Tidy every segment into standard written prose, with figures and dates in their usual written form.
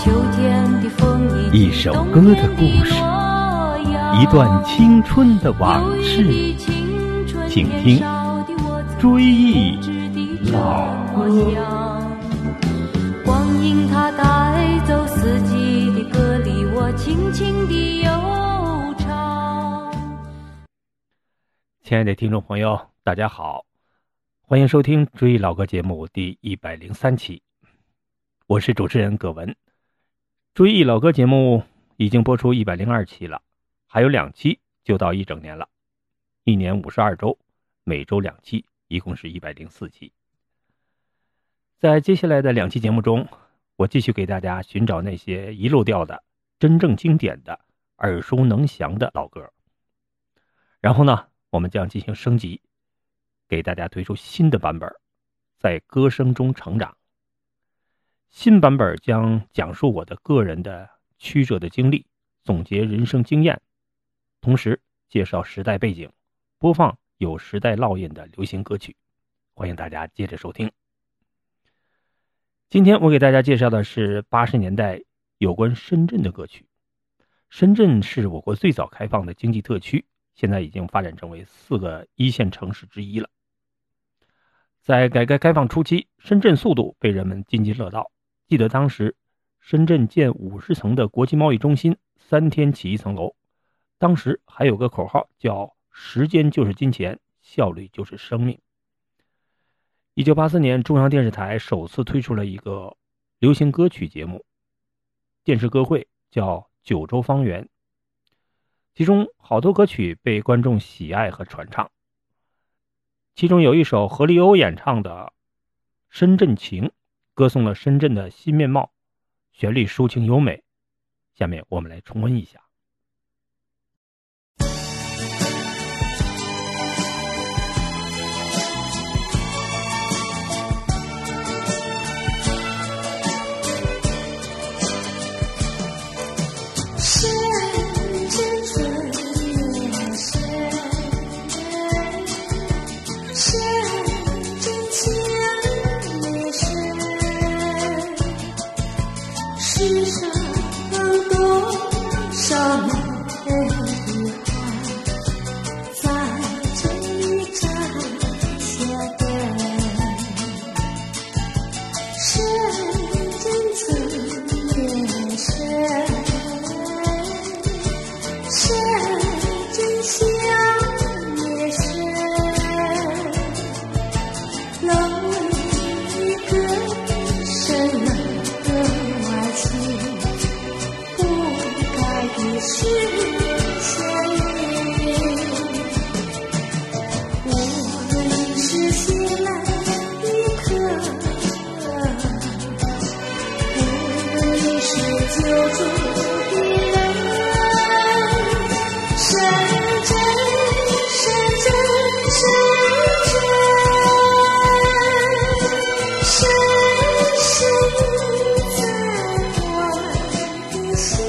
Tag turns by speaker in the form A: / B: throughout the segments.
A: 一首歌的故事，一段青春的往事，请听追忆老歌。
B: 光阴它带走四季的歌里，我轻轻地悠唱。
A: 亲爱的听众朋友，大家好，欢迎收听追忆老歌节目第103期，我是主持人葛文。追忆老歌节目已经播出102期了，还有2期就到1整年了，1年52周，每周2期，一共是104期。在接下来的2期节目中，我继续给大家寻找那些遗漏掉的真正经典的耳熟能详的老歌，然后呢，我们将进行升级，给大家推出新的版本，在歌声中成长。新版本将讲述我的个人的曲折的经历，总结人生经验，同时介绍时代背景，播放有时代烙印的流行歌曲。欢迎大家接着收听。今天我给大家介绍的是80年代有关深圳的歌曲。深圳是我国最早开放的经济特区，现在已经发展成为4个一线城市之一了。在改革开放初期，深圳速度被人们津津乐道。记得当时深圳建50层的国际贸易中心，3天起1层楼，当时还有个口号叫时间就是金钱，效率就是生命。1984年中央电视台首次推出了一个流行歌曲节目，电视歌会叫九州方圆，其中好多歌曲被观众喜爱和传唱，其中有一首何立欧演唱的《深圳情》，歌颂了深圳的新面貌，旋律抒情优美。下面我们来重温一下。
C: 世上多少美丽花在这里摘下的，深圳曾也深，深圳乡也深，楼里一个深冷是相遇，无论是醒来一刻，无论你是久住的人，深圳，深圳，深圳，深深在我的心。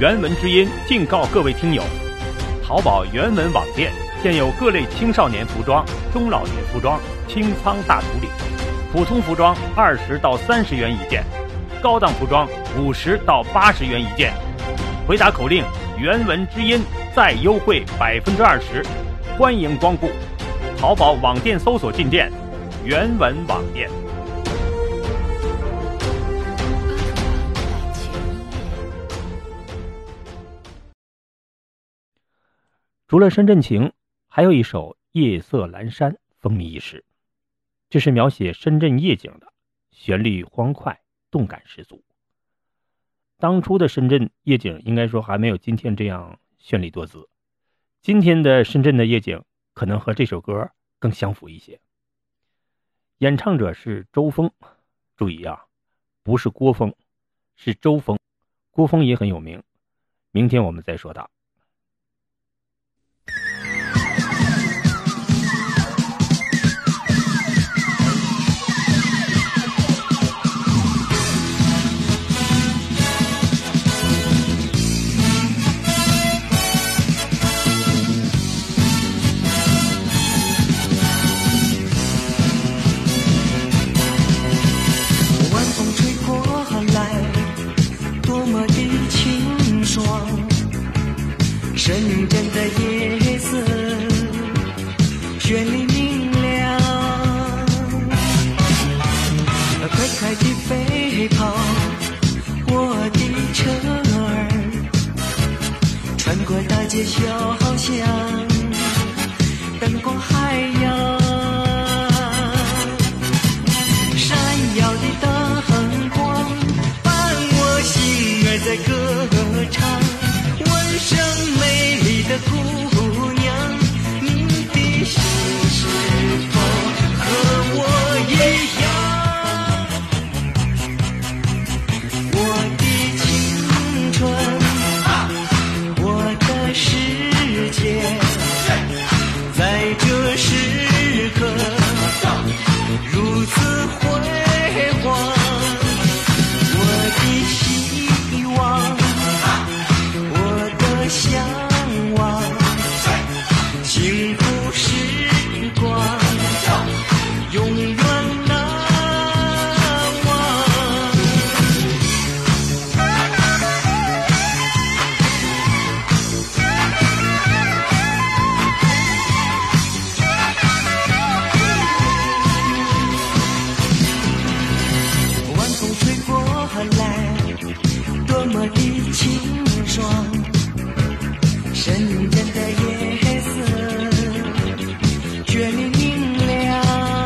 A: 原文之音敬告各位听友，淘宝原文网店现有各类青少年服装、中老年服装清仓大处理，普通服装20到30元一件，高档服装50到80元一件。回答口令原文之音再优惠20%，欢迎光顾。淘宝网店搜索进店原文网店。除了深圳情，还有一首《夜色阑珊》风靡一时，这是描写深圳夜景的，旋律欢快，动感十足。当初的深圳夜景应该说还没有今天这样绚丽多姿，今天的深圳的夜景可能和这首歌更相符一些。演唱者是周峰，注意啊，不是郭峰，是周峰，郭峰也很有名，明天我们再说他。
C: 深圳的夜色绚丽明亮，快快地飞跑，我的车儿穿过大街小巷，灯光海洋，闪耀的灯光伴我心儿在歌唱。问声美丽的姑娘，你的心是否和我一样？我的青春，我的世界，在这时刻如此辉煌。我的希望，向往幸福时光，永远难忘。晚风吹过来，多么的清爽。深圳的夜色绚丽明亮，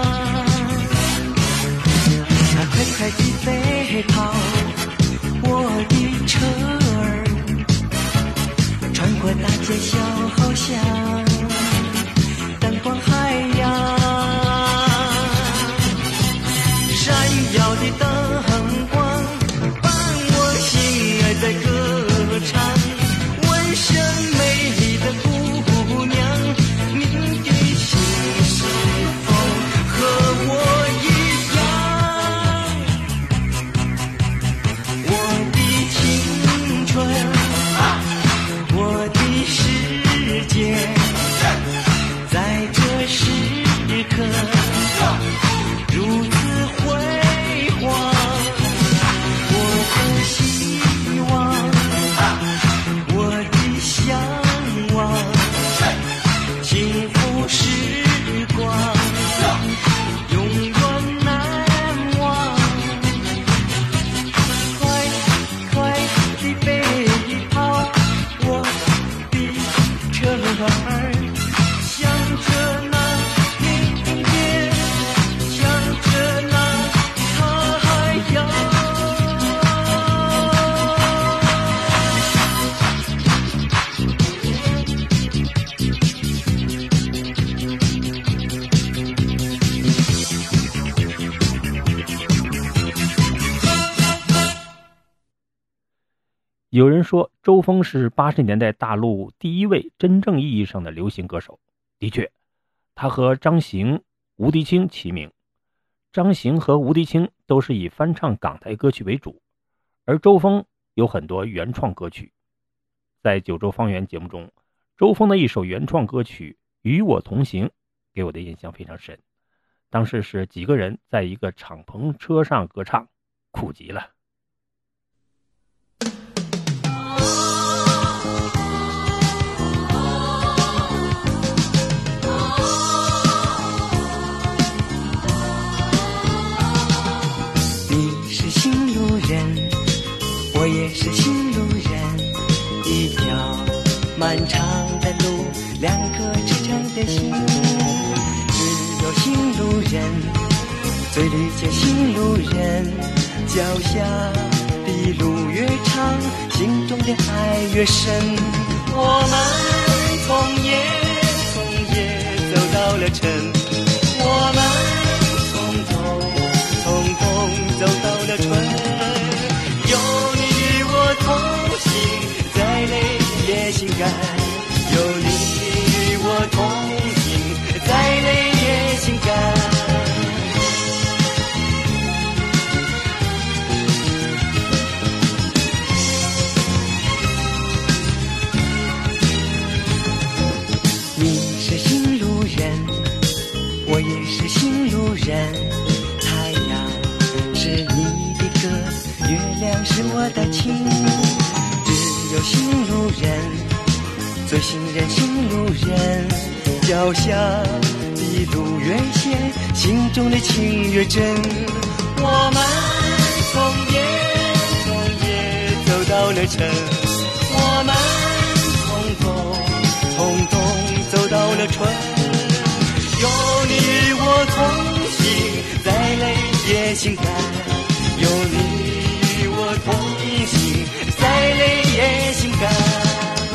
C: 快快地飞跑，我的车儿穿过大街小巷，灯光海洋，闪耀的灯光伴我心儿在歌唱。声美丽的姑娘，你的心是否和我一样？我的青春，我的世界，在这时刻如此辉煌。我的希望，向往幸福时光，永远难忘。快快地飞跑，我的车儿向着那明天，向着那太阳。
A: 有人说周峰是80年代大陆第一位真正意义上的流行歌手。的确，他和张行、吴迪清齐名。张行和吴迪清都是以翻唱港台歌曲为主，而周峰有很多原创歌曲， 在九州方圆节目中，周峰的一首原创歌曲《与我同行》给我的印象非常深。当时是几个人在一个敞篷车上歌唱，苦极了。
C: 你是新路人，我也是新路人，一条漫长的路，两颗支撑的心。只有新路人，最理解新路人，脚下的路越长，心中的爱越深。我们从夜走到了城，我们从冬走到了春。有你与我同行，再累也心甘。有你与我同行，再累也心甘。你是新路人，我也是新路人。太阳是你的歌，月亮是我的情。只有新路人，最信任新路人，脚下的路越险，心中的情越真。我们从夜走到了城，我们从冬走到了春。有你与我同行，再累也心甘。有你与我同行，再累也心甘。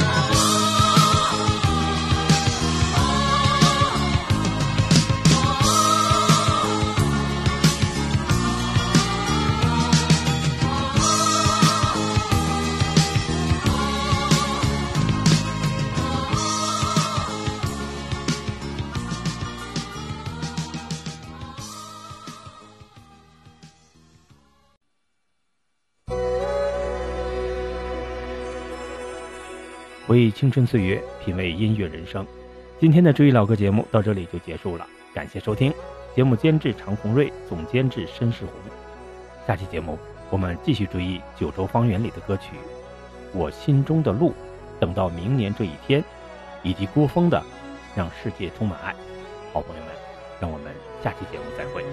A: 回忆青春岁月，品味音乐人生。今天的追忆老歌节目到这里就结束了，感谢收听。节目监制常红瑞，总监制申世红。下期节目我们继续追忆九州方圆里的歌曲《我心中的路》，等到明年这一天，以及郭峰的《让世界充满爱》。好朋友们，让我们下期节目再会。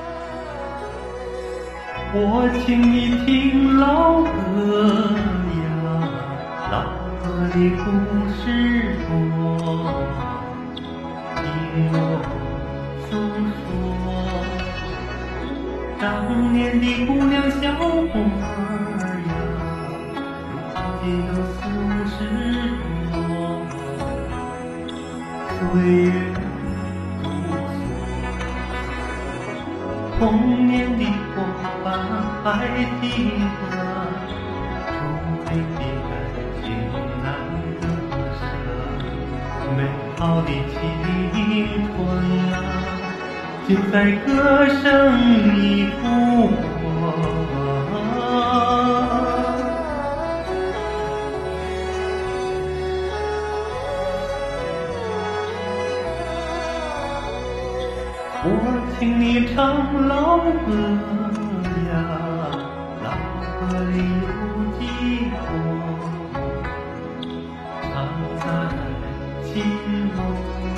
D: 我请你听老歌呀，老歌的故事多，听我诉说。当年的姑娘小伙儿呀，如今都40多，岁月童年的伙伴还记得，纯粹的感情难割舍，美好的青春啊，就在歌声里度过。我请你唱老歌呀，老歌里有几多，常在心中。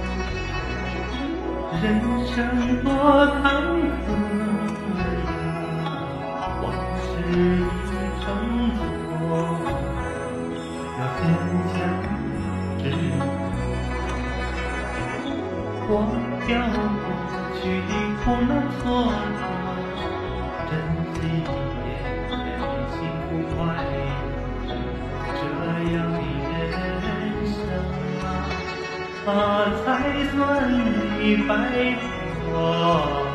D: 人生多坎坷呀，往事已成错，要坚强执着。忘掉过去的苦难错错，珍惜眼前幸福快乐，这样的人生啊，才算你白活。